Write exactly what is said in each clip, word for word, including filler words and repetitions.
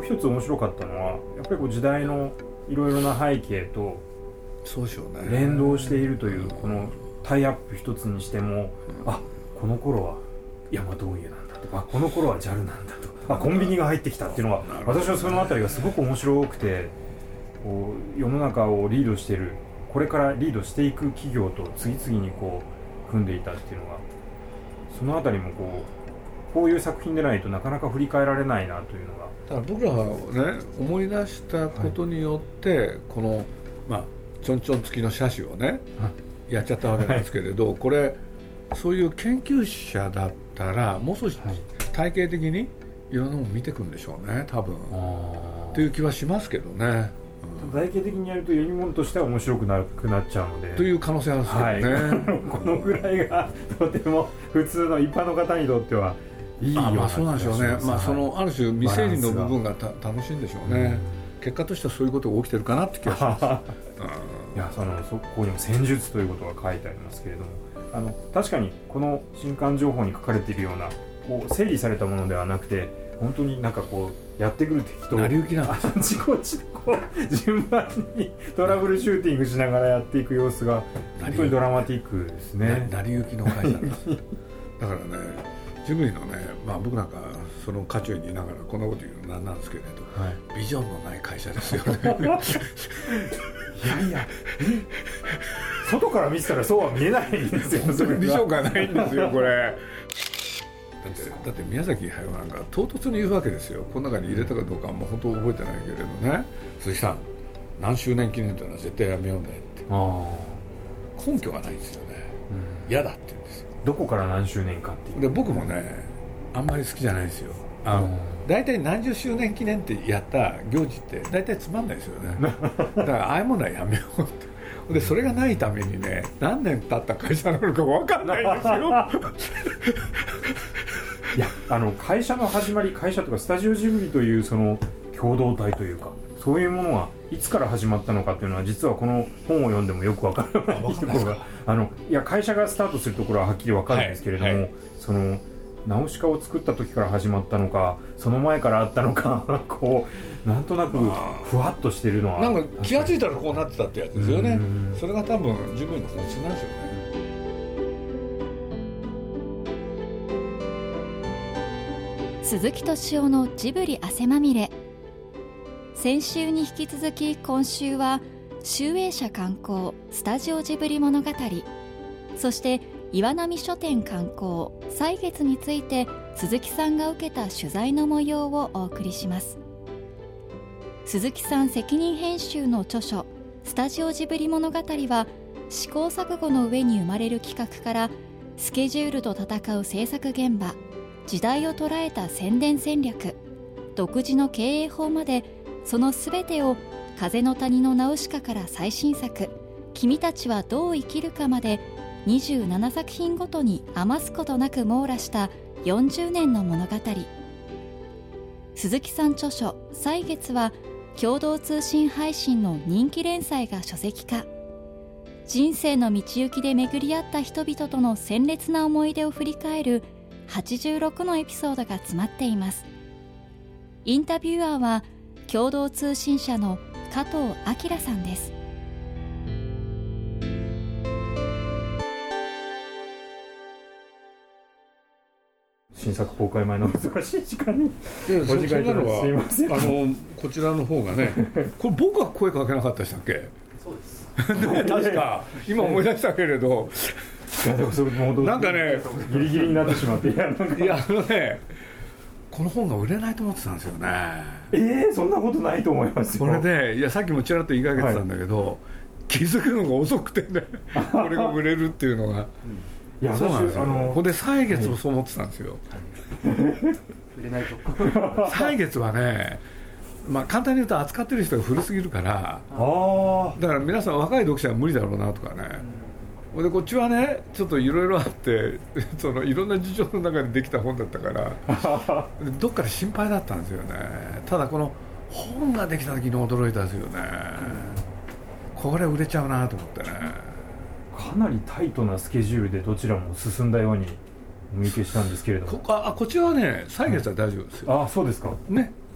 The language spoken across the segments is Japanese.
う一つ面白かったのはやっぱりこう時代のいろいろな背景とそうでしょうね連動しているというこのタイアップ一つにしても、あ、この頃は大和運輸なんだとか、この頃は ジャル なんだとか、あ、コンビニが入ってきたっていうのは私はそのあたりがすごく面白くて、こう世の中をリードしている、これからリードしていく企業と次々にこう組んでいたっていうのが、そのあたりもこうこういう作品でないとなかなか振り返られないなというのが、 だから僕らはね思い出したことによって、はい、このまあちょんちょん付きの車種をね、はい、やっちゃったわけなんですけれど、はい、これそういう研究者だったらもう少し体系的にいろんなものを見ていくんでしょうね多分っていう気はしますけどね、 うん、体系的にやると読み物としては面白くなくなっちゃうのでという可能性あるんですけどね、 はい、このぐらいがとても普通の一般の方にとってはいいような気がします。 あ、まあそうなんでしょうね、まあ、そのある種未整理の部分がた楽しいんでしょうね、うん、結果としてはそういうことが起きてるかなって気がします、 いや、そのそこにも戦術ということが書いてありますけれども、あの確かにこの新刊情報に書かれているようなこう整理されたものではなくて、本当になんかこうやってくる敵と成り行きなんですあちこちでこう順番にトラブルシューティングしながらやっていく様子が本当にドラマティックですね。 成り行きの会社ですだからね、ジブリのね、まあ、僕なんかその渦中にいながらこんなこと言うのなんなんですけれど、はい、ビジョンのない会社ですよねいやいや、外から見てたらそうは見えないんですよ。 それビジョンがないんですよこれだって、だって宮崎駿なんか唐突に言うわけですよ。この中に入れたかどうかはもう本当覚えてないけれどね、鈴木さん何周年記念というのは絶対やめようねって。あ、根拠がないんですよね、うん、嫌だって言うんですよ。どこから何周年かっていうで、僕もねあんまり好きじゃないですよ。あの大体何十周年記念ってやった行事って大体つまんないですよねだからああいうものはやめようってで、それがないためにね何年経った会社なのか分かんないですよいや、あの会社の始まり、会社とかスタジオジブリというその共同体というか、そういうものがいつから始まったのかっていうのは実はこの本を読んでもよく分からないところが、あのいや会社がスタートするところははっきり分かるんですけれども、はいはい、そのナウシカを作った時から始まったのか、その前からあったのかこうなんとなくふわっとしてるのは、 なんか気がついたらこうなってたってやつですよね。それが多分ジブリの本質なんですよね。 鈴木敏夫のジブリ汗まみれ。先週に引き続き今週は集英社刊行スタジオジブリ物語、そして岩波書店刊行歳月について鈴木さんが受けた取材の模様をお送りします。鈴木さん責任編集の著書スタジオジブリ物語は、試行錯誤の上に生まれる企画からスケジュールと戦う制作現場、時代を捉えた宣伝戦略、独自の経営法まで、そのすべてを風の谷のナウシカから最新作君たちはどう生きるかまでにじゅうななさく品ごとに余すことなく網羅したよんじゅうねんの物語。鈴木さん著書歳月は共同通信配信の人気連載が書籍化。人生の道行きで巡り合った人々との鮮烈な思い出を振り返るはちじゅうろくのエピソードが詰まっています。インタビュアーは共同通信社の加藤明さんです。 新作公開前の難しい時間にお時間いただきすいません。あのこちらの方がねこれ僕は声かけなかったでしたっけ。 そうです確か今思い出したけれどいやでもそれなんかねギリギリになってしまっていや、なんかいやあのねこの本が売れないと思ってたんですよね。 えー、そんなことないと思いますよ。 それでいやさっきもちらっと言いかけてたんだけど、はい、気づくのが遅くてねこれが売れるっていうのが、うん、いやそうなんですよ。あのここで歳月もそう思ってたんですよ、 はい、売れないと歳月はね、まあ、簡単に言うと扱ってる人が古すぎるからあだから皆さん若い読者は無理だろうなとかね、うん、でこっちはねちょっといろいろあってそのいろんな事情の中でできた本だったからどっかで心配だったんですよね。ただこの本ができた時に驚いたんですよね、うん、これ売れちゃうなと思ってね。 かなりタイトなスケジュールでどちらも進んだように見受けしたんですけれども、 こ, あこちらはね歳月は大丈夫ですよ、 うん、あそうですかね。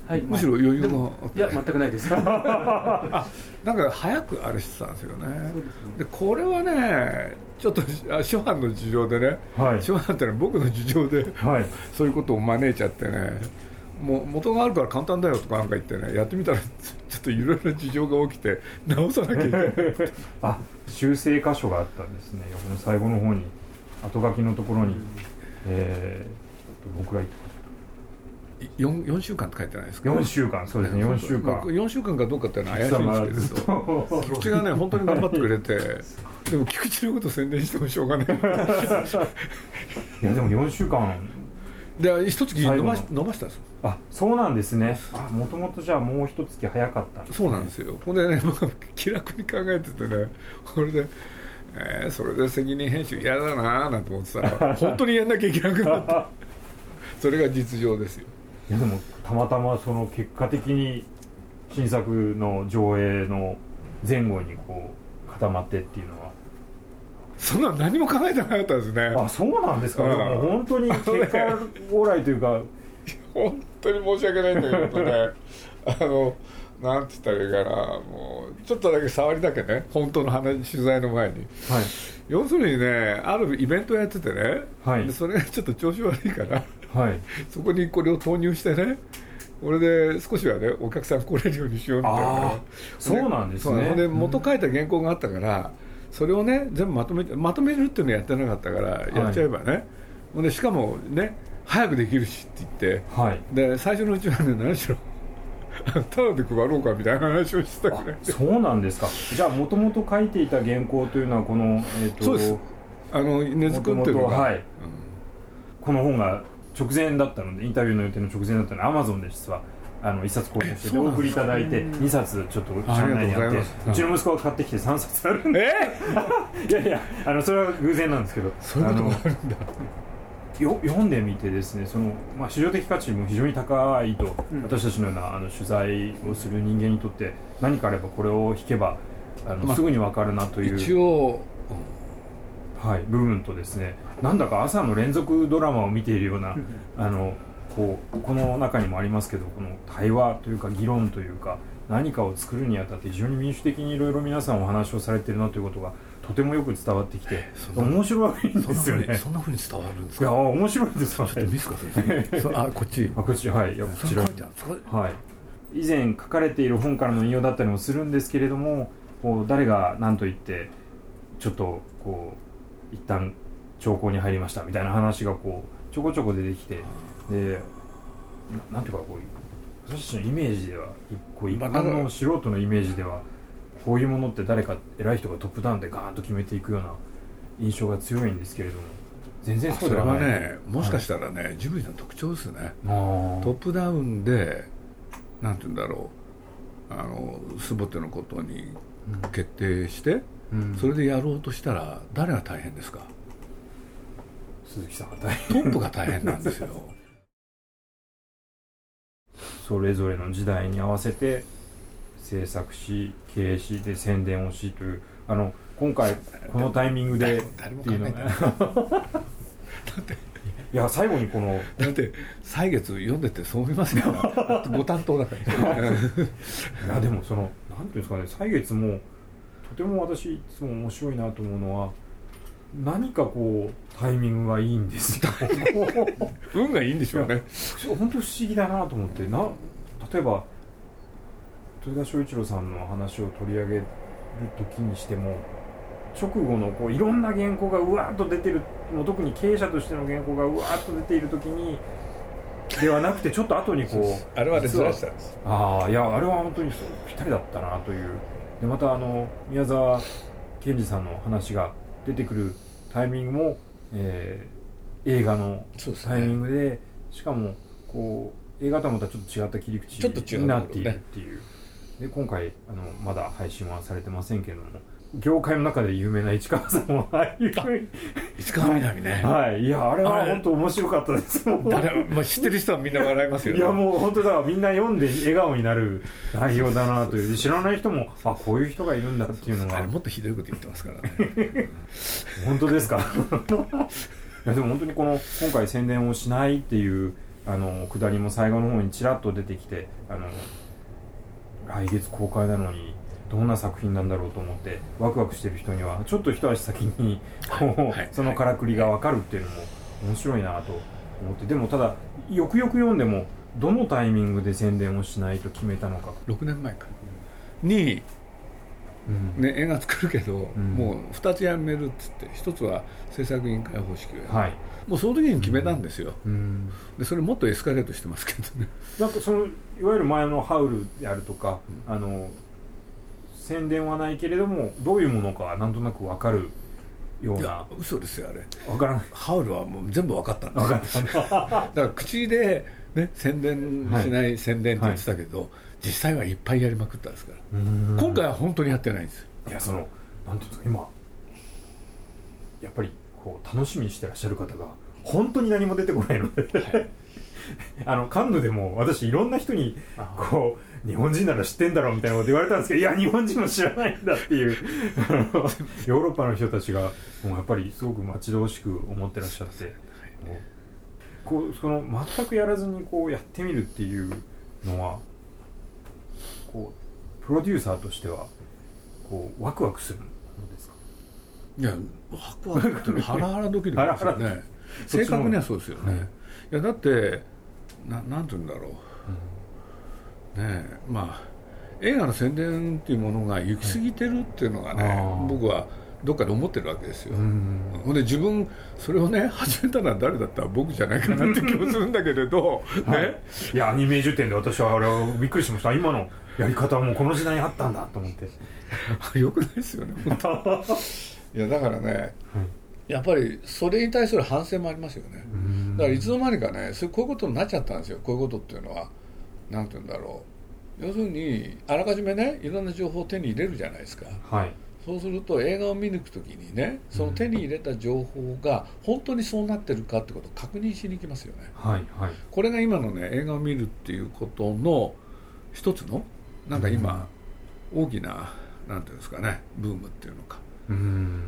はい、 むしろ余裕があって。 いや全くないですあ、なんか早くあれしてたんですよね。そうですね。でこれはねちょっと諸般の事情でね、はい、諸般ってのは僕の事情で、はい、そういうことを招いちゃってね、もう元があるから簡単だよとかなんか言ってね、やってみたらちょっといろいろ事情が起きて直さなきゃいけないあ、修正箇所があったんですね。この最後の方に後書きのところに、えー、僕が言ったよん, よんしゅうかんって書いてないですか。 よんしゅうかん、そうですね、よんしゅうかん、 よんしゅうかんかどうかっていうのは怪しいんですけれど、菊池がね本当に頑張ってくれてでも菊池のこと宣伝してもしょうがないいやでもよんしゅうかんで一月伸ばし伸ばしたんですよ。 あ、そうなんですね。あ、もともとじゃあもう一月早かったんです、ね、 そうなんですよ。ほんでね、僕気楽に考えててね、これでえー、それで責任編集嫌だなーなんて思ってたら本当にやんなきゃいけなくなったそれが実情ですよ。 いやでもたまたまその結果的に新作の上映の前後にこう固まってっていうのはそんな何も考えてなかったですね。 あ、そうなんですか。でも本当に結果往来というか本当に申し訳ないんだけどねあのなんて言ったらいいかな、もうちょっとだけ触りだけね、本当の話取材の前に、はい、要するにね、あるイベントやっててね、はい、でそれがちょっと調子悪いから、はい、そこにこれを投入してね、これで少しはねお客さん来れるようにしようみたいな。 そうなんですね。 で元書いた原稿があったから、それをね全部まとめまとめるっていうのやってなかったからやっちゃえばね、はい、でしかもね早くできるしって言って、はい、で最初のうちはね何しろただで配ろうかみたいな話をしてたくらい。 そうなんですか。じゃあもともと書いていた原稿というのはこの、えー、とそうです。あの根津君っていうのが、はい、うん、 この本が直前だったので、インタビューの予定の直前だったので Amazon で実はあのいっさつ購入してお送りいただいてにさつちょっと社内にあって、うちの息子が買ってきてさんさつあるんで、えー、いやいやあのそれは偶然なんですけど、 そういうことがあるんだ。 よ読んでみてですね、その、まあ、市場的価値も非常に高いと、うん、私たちのようなあの取材をする人間にとって何かあればこれを引けばあの、まあ、すぐに分かるなという一応、 はい、部分とですね、なんだか朝の連続ドラマを見ているようなあのこうこの中にもありますけど、この対話というか議論というか何かを作るにあたって非常に民主的にいろいろ皆さんお話をされているなということがとてもよく伝わってきて、面白いんですよね。 そんな風に伝わるんですか。 いや面白いですよね。 ちょっと見すかそれあこっちあこっちはい、いやこちらはい、以前書かれている本からの引用だったりもするんですけれども、こう誰が何と言ってちょっとこう一旦兆候に入りましたみたいな話がこうちょこちょこ出てきて、で な, なんていうかこう私たちのイメージではこう一般の素人のイメージではこういうものって誰か偉い人がトップダウンでガーンと決めていくような印象が強いんですけれども、全然そうではない。 それはね、もしかしたらね、はい、ジブリの特徴ですね。トップダウンでなんて言うんだろう、あの全てのことに決定して、うん、それでやろうとしたら誰が大変ですか。 鈴木さんが大変。 トップが大変なんですよそれぞれの時代に合わせて制作し経営しで宣伝をしという、あの今回このタイミングでっていうのがいや最後にこのだって歳月読んでてそう思いますよご担当だからいやでもそのなんていうんですかね、歳月もとても私いつも面白いなと思うのは、何かこうタイミングがいいんですよ運がいいんでしょうね。 本当不思議だなと思って、な例えば豊田章一郎さんの話を取り上げる時にしても、直後のこういろんな原稿がうわーっと出てる、もう特に経営者としての原稿がうわーっと出ている時にではなくて、ちょっと後にこうあれはねずらしたんです。 ああいやあれは本当にぴったりだったなという。でまたあの宮沢賢治さんの話が出てくるタイミングも、えー、映画のタイミング で, で、しかもこう映画とはまたちょっと違った切り口になっているっていう。で今回あのまだ配信はされてませんけれども、業界の中で有名な市川さんもああいうふうに市川みなみね、 はい、いやあれは本当面白かったです。 誰、まあ、知ってる人はみんな笑いますよね。 いやもう本当だ、みんな読んで笑顔になる内容だなという、知らない人もあこういう人がいるんだっていうのが。 あれもっとひどいこと言ってますからね本当ですかいやでも本当にこの今回宣伝をしないっていうあの下りも最後の方にちらっと出てきて、あの来月公開なのにどんな作品なんだろうと思ってワクワクしてる人にはちょっと一足先にこう、はい、そのからくりが分かるっていうのも面白いなと思って、でもただよくよく読んでもどのタイミングで宣伝をしないと決めたのか。 ろくねんまえかに、うんね、映画作るけど、うん、もうふたつやめるっつって、ひとつは制作委員会方式をやる、はい、もうその時に決めたんですよ、うん、でそれもっとエスカレートしてますけどね。なんかそのいわゆる前のハウルであるとか、うん、あの宣伝はないけれどもどういうものかなんとなく分かるような。いや嘘ですよあれ。 分からない。 ハウルはもう全部分かったんですよ。分かっただから口で、ね、宣伝しない、はい、宣伝って言ってたけど、はい、実際はいっぱいやりまくったんですから。今回は本当にやってないんですよ。 いやそのなんていうんですか、今やっぱりこう楽しみにしてらっしゃる方が本当に何も出てこないので、はい、あのカンヌでも私いろんな人にこう日本人なら知ってんだろうみたいなこと言われたんですけど、いや日本人も知らないんだっていうヨーロッパの人たちがもうやっぱりすごく待ち遠しく思ってらっしゃって、こうその全くやらずにこうやってみるっていうのはこうプロデューサーとしてはこうワクワクするのですか。 いやワクワクっていうのはハラハラドキドキですよね正確にはそうですよね、はい、いやだってななんて言うんだろう、うん、ねえまあ映画の宣伝っていうものが行き過ぎてるっていうのがね、はい、僕はどっかで思ってるわけですよ。ほんで自分それをね始めたのは誰だったら僕じゃないかなって気もするんだけれど、 はいね、 いやアニメージュ店で私はあれはびっくりしました。今のやり方はもうこの時代にあったんだと思ってよくないですよね本当いやだからね、はい、やっぱりそれに対する反省もありますよね。だからいつの間にかねそうこういうことになっちゃったんですよ。こういうことっていうのはなんて言うんだろう、要するにあらかじめねいろんな情報を手に入れるじゃないですか、はい、そうすると映画を見に行くときにねその手に入れた情報が本当にそうなってるかってことを確認しに行きますよね、はいはい、これが今のね映画を見るっていうことの一つのなんか今、うん、大きななんていうんですかねブームっていうのか、うん、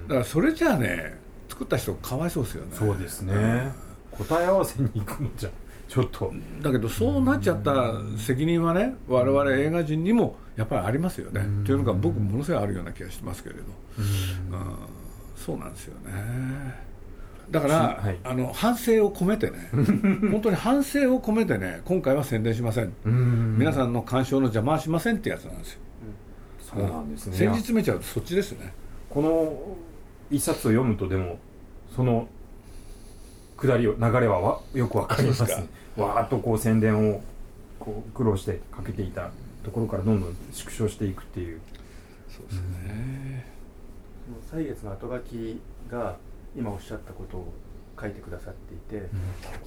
だからそれじゃあね作った人かわいそうですよね。 そうですね、うん、答え合わせに行くのじゃちょっとだけどそうなっちゃった責任はね我々映画人にもやっぱりありますよね、うん、っていうのが僕ものすごいあるような気がしてますけれど、うんうん、そうなんですよね。だから、はい、あの反省を込めてね本当に反省を込めてね今回は宣伝しません、うん、皆さんの鑑賞の邪魔はしませんってやつなんですよ、 うん、そうなんですね。 先日詰めちゃうとそっちですね。 この一冊を読むとでもその下りを流れはわよくわかりますね。わーっとこう宣伝をこう苦労してかけていたところからどんどん縮小していくっていう。 そうですね、 うん、歳月の後書きが今おっしゃったことを書いてくださっていて、うん、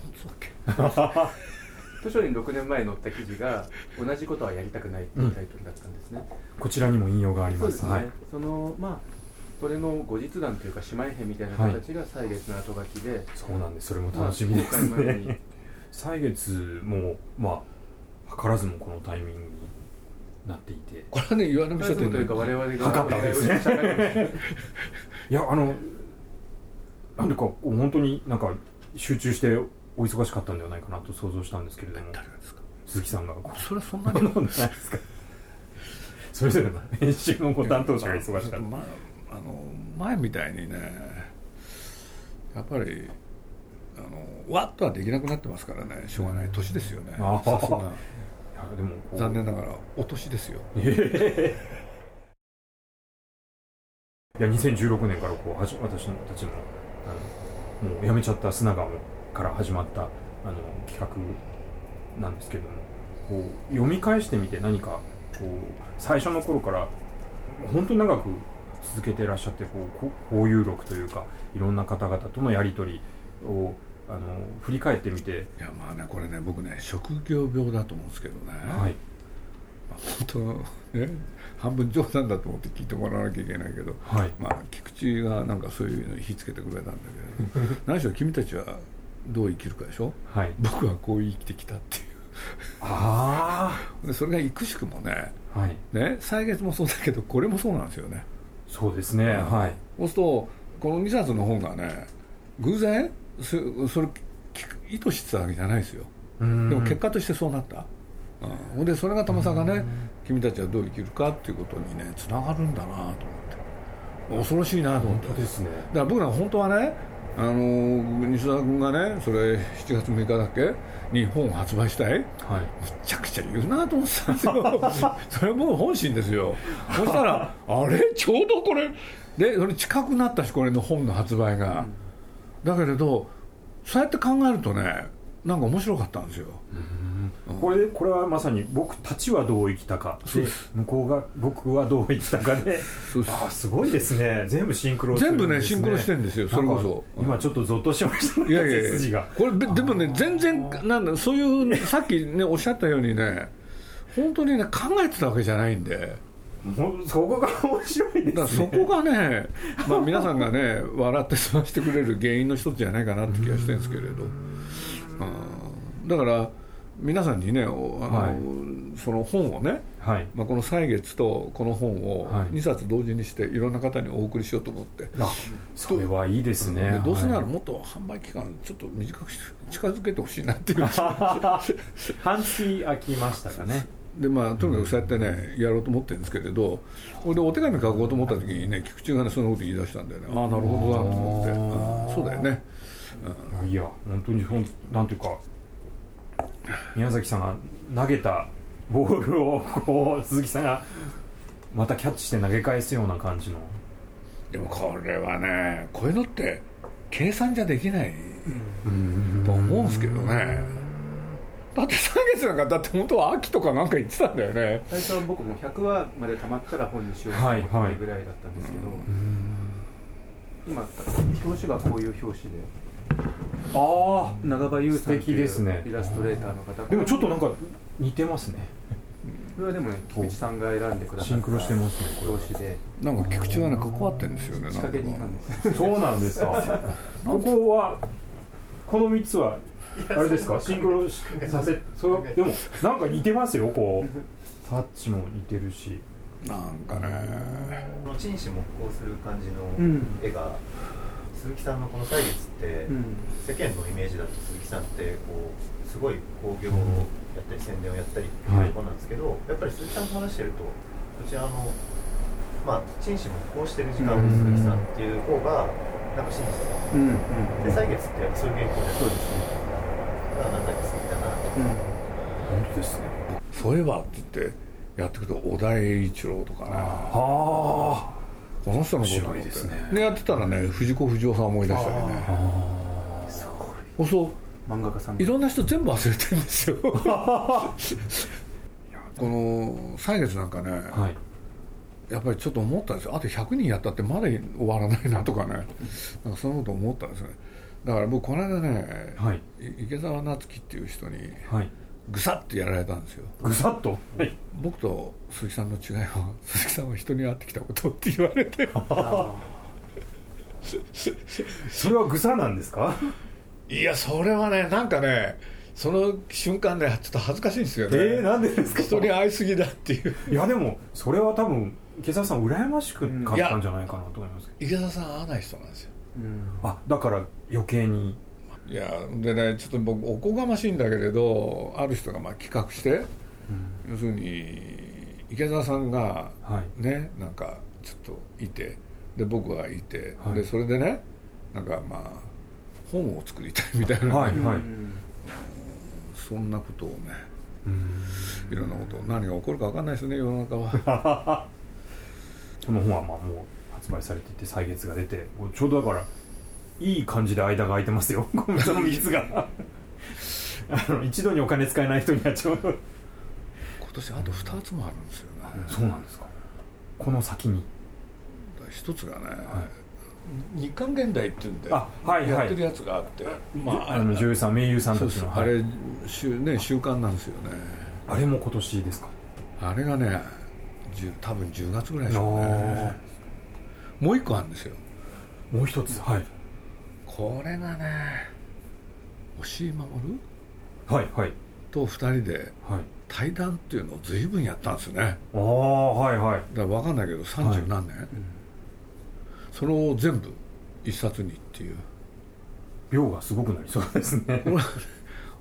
図書にろくねんまえに載った記事が同じことはやりたくないっていうタイトルだったんですね、 うん、こちらにも引用があります。 そうですね、はい、そのまあそれの後日談というか姉妹編みたいな形が歳月の後書きで、はい、 そうなんです。それも楽しみですね。歳月もまあ図らずもこのタイミングになっていて、 これはね岩波書店というか我々が測ったわけですね。いやあのなんでか本当になんか集中してお忙しかったんではないかなと想像したんですけれども。 誰ですか？ 鈴木さんが。 それはそんなにないですか。それぞれの編集のご担当者が忙しかった。 まああの前みたいにねやっぱりあのわっとはできなくなってますからね。しょうがない年ですよね。さすがいやでも残念ながらお年ですよ。 いやにせんじゅうろくねんからこうはじ私たちのあのもうやめちゃった砂川から始まったあの企画なんですけれども、こう読み返してみて何かこう最初の頃から本当に長く続けていらっしゃってこう交友録というかいろんな方々とのやり取りをあの振り返ってみて、 いやまあねこれね僕ね職業病だと思うんですけどね、はい、まあ、本当ね半分冗談だと思って聞いてもらわなきゃいけないけど、はい、まあ菊池がなんかそういうのに火つけてくれたんだけど何しろ君たちはどう生きるかでしょ、はい、僕はこう生きてきたっていうあでそれが幾しくもね、はい、ね歳月もそうだけどこれもそうなんですよね。 そうですね、はい、 そうするとこのにさつの本がね偶然そ, それ意図してたわけじゃないですよ。 でも結果としてそうなった、うん、でそれがたまさかね君たちはどう生きるかっていうことにねつながるんだなと思って恐ろしいなと思って。 本当ですね。 だから僕ら本当はねあの西澤君がねそれしちがつむいかだっけに本を発売したい、はい、むちゃくちゃ言うなと思ってたんですよそれはもう本心ですよそしたらあれちょうどこれでそれ近くなったしこれの本の発売が、うん、だけれどそうやって考えるとねなんか面白かったんですよ、 うん、これこれはまさに僕たちはどう生きたかで向こうが僕はどう生きたかであすごいですね。全部シンクロしてるんですね。全部ねシンクロしてるんですよ。それこそ今ちょっとゾッとしましたね。 いやいやいやこれでもね全然なんだそういうさっきねおっしゃったようにね本当にね考えてたわけじゃないんでもうそこが面白いですね。 だからそこがね、まあ、皆さんがね笑って済ましてくれる原因の一つじゃないかなって気がしてるんですけれど、うん、だから皆さんにねあの、はい、その本をね、はいまあ、この歳月とこの本をにさつ同時にしていろんな方にお送りしようと思って、 はい、あそれはいいですね。 でどうせならもっと販売期間ちょっと短く近づけてほしいなっていう半月空きましたかね。 でまあ、とにかくそうやってね、うん、やろうと思ってるんですけれどこれでお手紙書こうと思った時にね菊池がねそんなこと言い出したんだよね。ああなるほどなと思って、うん、そうだよね、 うん、いや本当にほんなんていうか宮崎さんが投げたボールをこう鈴木さんがまたキャッチして投げ返すような感じの。 でもこれはねこういうのって計算じゃできないと思うんですけどね。だってさんがつなんかだって本当は秋とかなんか言ってたんだよね。 最初は僕もひゃくわまでたまったら本にしようと思ってぐらいだったんですけど、はいはい、今表紙がこういう表紙でああ長場優さんというイラストレーターの方、 でもちょっとなんか似てますね。 これはでもね菊池さんが選んでくださったシンクロしてますね表紙でなんか菊池はね関わってるんですよね。 仕掛け人なんです。 そうなんですかここはこのみっつはあれですかシンクロさせそれでもなんか似てますよこうタッチも似てるしなんかねこの陳氏木工する感じの絵が、うん、鈴木さんのこの歳月って、うん、世間のイメージだと鈴木さんってこうすごい興行をやったり宣伝をやったりっていうところなんですけど、はい、やっぱり鈴木さんと話してるとこちらのまあ陳氏木工してる時間の鈴木さんっていう方がなんか真実だ、うんうん、で歳月ってそういう原稿でそうですねなんだか好きだなと、うん、本当ですね。そういえばって言ってやっていくと小田栄一郎とかねあこの人のことです、ね、 でやってたらね藤子不二雄さん思い出したりねそうそう漫画家さんいろんな人全部忘れてるんですよこの歳月なんかね、はい、やっぱりちょっと思ったんですよ。あとひゃくにんやったってまだ終わらないなとかねなんかそんなこと思ったんですよね。だから僕この間ね、はい、池澤夏樹っていう人にぐさっとやられたんですよ。 ぐさっと、はい、 僕と鈴木さんの違いは鈴木さんは人に会ってきたことって言われてそれはぐさなんですか？ いやそれはねなんかねその瞬間ねちょっと恥ずかしいんですよね。 えー、なんでですか？ 人に会いすぎだっていういやでもそれは多分池澤さん羨ましくかったんじゃないかなと思いますけど、 池澤さん会わない人なんですよ。 うん、あだから余計にいやでねちょっと僕おこがましいんだけれどある人がまあ企画して、うん、要するに池澤さんがね、はい、なんかちょっといてで僕がいて、はい、でそれでねなんかまあ本を作りたいみたいな、はいはい、そんなことをねいろんなこと何が起こるか分かんないですね世の中はこの本はまあもう発売されていて歳月が出てちょうどだからいい感じで間が空いてますよそのみっつがあの一度にお金使えない人にはちょうど今年あとふたつもあるんですよね、 うん、そうなんですか。この先に一つがね、はい、日刊現代っていうんであ、はいはい、 やってるやつがあって、 まあ、あの女優さん名優さんたちのあれ週、ね、週刊なんですよね。 あれも今年ですか？ あれがね多分じゅうがつぐらいでしょうね。もう一個あるんですよ。 もう一つ、はい、 これがね押井守はいはいとふたりで対談っていうのを随分やったんですよね。 ああはいはい。 だから分かんないけどさんじゅうなんねん、はい、それを全部一冊にっていう量がすごくなりそうですね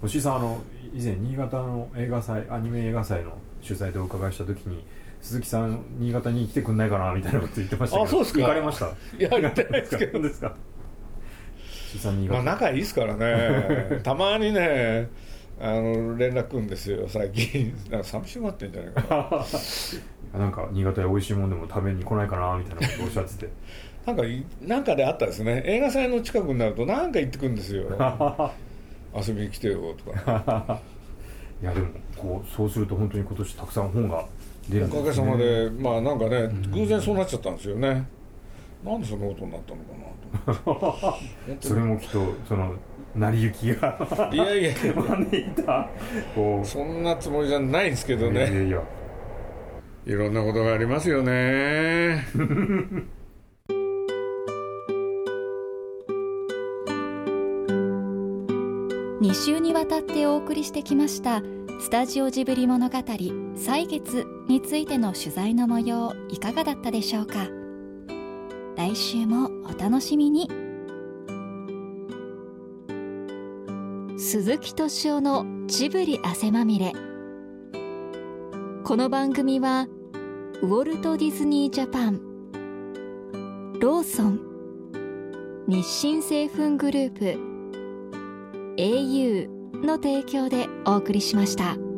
星井さん、あの以前新潟の映画祭、アニメ映画祭の取材でお伺いした時に、鈴木さん新潟に来てくんないかなみたいなこと言ってましたけど、 あ、そうですか。 行かれました？ いや、行ってないですけど。 ですか。 まあ、仲いいですからねたまにねあの連絡くんですよ最近。なんか寂しがってんじゃないかななんか新潟で美味しいもんでも食べに来ないかなみたいなことをおっしゃっててなんかなんかであったですね。映画祭の近くになるとなんか行ってくんですよ遊びに来てよとかいやでもこうそうすると本当に今年たくさん本が出るんですね。 おかげさまでまあなんかね偶然そうなっちゃったんですよね。なんでそんなことになったのかなとそれもきっとその成り行きがいやいや招いたこうそんなつもりじゃないんですけどね。 いやいやいや、 いろんなことがありますよねに週にわたってお送りしてきましたスタジオジブリ物語歳月についての取材の模様、いかがだったでしょうか。来週もお楽しみに。鈴木敏夫のジブリ汗まみれ。この番組はウォルト・ディズニー・ジャパン、ローソン、日清製粉グループ、エーユー の提供でお送りしました。